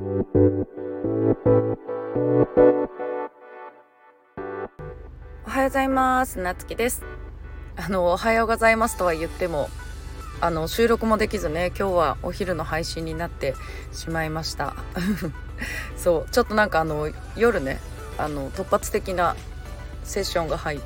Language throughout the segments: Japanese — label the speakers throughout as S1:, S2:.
S1: おはようございます。なつきです。おはようございますとは言っても収録もできずね、今日はお昼の配信になってしまいましたそうちょっとなんか夜ね突発的なセッションが入って、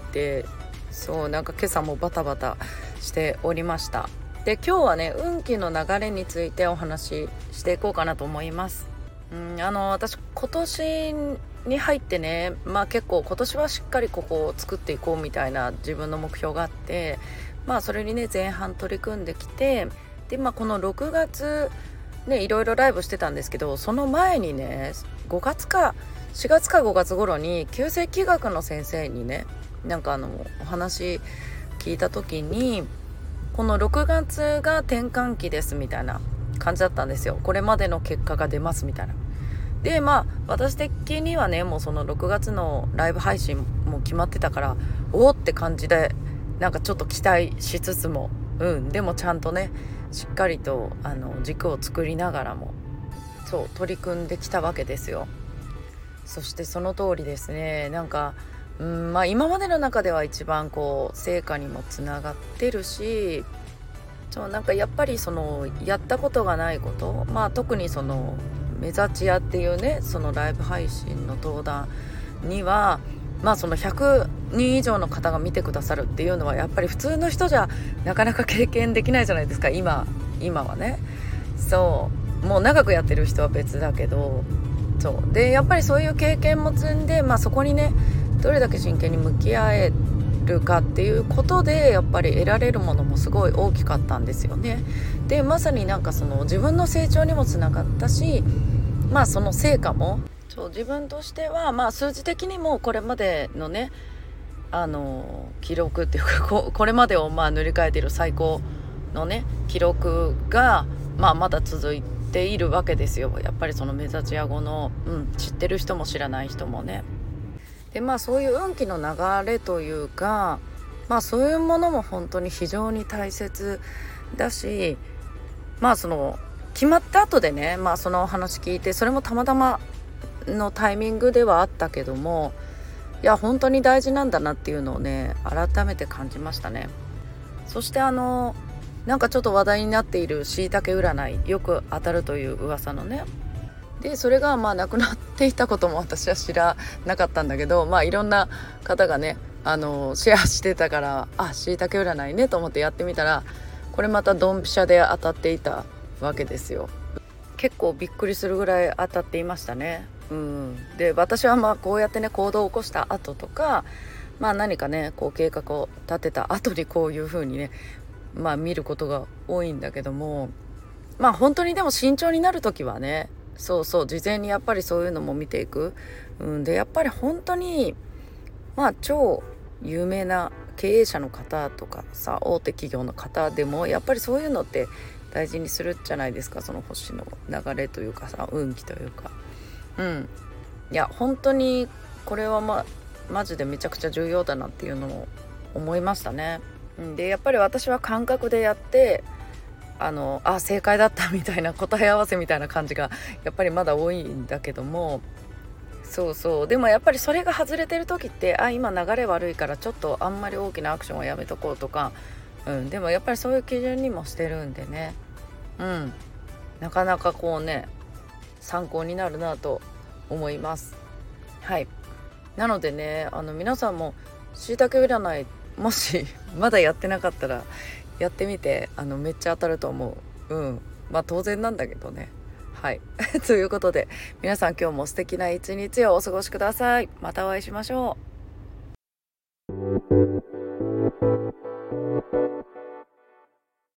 S1: そうなんか今朝もバタバタしておりました。で今日はね、運気の流れについてお話ししていこうかなと思います。私今年に入ってね、結構今年はしっかりここを作っていこうみたいな自分の目標があって、それにね前半取り組んできて、でこの6月ねいろいろライブしてたんですけど、その前にね5月か4月か5月頃に旧世気学の先生にねなんかお話聞いた時に、この6月が転換期ですみたいな感じだったんですよ。これまでの結果が出ますみたいな。で私的にはね、もうその6月のライブ配信も決まってたから、おおって感じでなんかちょっと期待しつつも、でもちゃんとねしっかりと軸を作りながらもそう取り組んできたわけですよ。そしてその通りですね。なんか今までの中では一番こう成果にもつながってるし、そうなんかやっぱりそのやったことがないこと、特にそのメザチアっていうねそのライブ配信の登壇にはその100人以上の方が見てくださるっていうのはやっぱり普通の人じゃなかなか経験できないじゃないですか。今はね、そうもう長くやってる人は別だけど、そうでやっぱりそういう経験も積んで、そこにねどれだけ真剣に向き合えるかっていうことでやっぱり得られるものもすごい大きかったんですよね。でまさになんかその自分の成長にもつながったし、その成果もそう自分としては数字的にもこれまでのね記録っていうかこれまでを塗り替えている最高のね記録がまだ続いているわけですよ。やっぱりそのメザチア語の、知ってる人も知らない人もね。でそういう運気の流れというか、そういうものも本当に非常に大切だし、その決まった後でね、そのお話聞いて、それもたまたまのタイミングではあったけども、いや本当に大事なんだなっていうのをね改めて感じましたね。そしてなんかちょっと話題になっている椎茸占い、よく当たるという噂のね、でそれがなくなっていたことも私は知らなかったんだけど、いろんな方がねシェアしてたから、椎茸占いねと思ってやってみたら、これまたドンピシャで当たっていたわけですよ。結構びっくりするぐらい当たっていましたね。で私はこうやってね行動を起こした後とか、何かねこう計画を立てた後にこういう風にね見ることが多いんだけども、本当にでも慎重になる時はね、そう事前にやっぱりそういうのも見ていく。でやっぱり本当に超有名な経営者の方とかさ、大手企業の方でもやっぱりそういうのって大事にするじゃないですか。その星の流れというかさ、運気というか、いや本当にこれはマジでめちゃくちゃ重要だなっていうのを思いましたね。でやっぱり私は感覚でやって正解だったみたいな、答え合わせみたいな感じがやっぱりまだ多いんだけども、でもやっぱりそれが外れてる時って、今流れ悪いからちょっとあんまり大きなアクションはやめとこうとか、でもやっぱりそういう基準にもしてるんでね、なかなかこうね参考になるなと思います。はい。なのでね皆さんも椎茸占いもしまだやってなかったらやってみて、めっちゃ当たると思う。当然なんだけどね。はいということで皆さん今日も素敵な一日をお過ごしください。またお会いしましょう。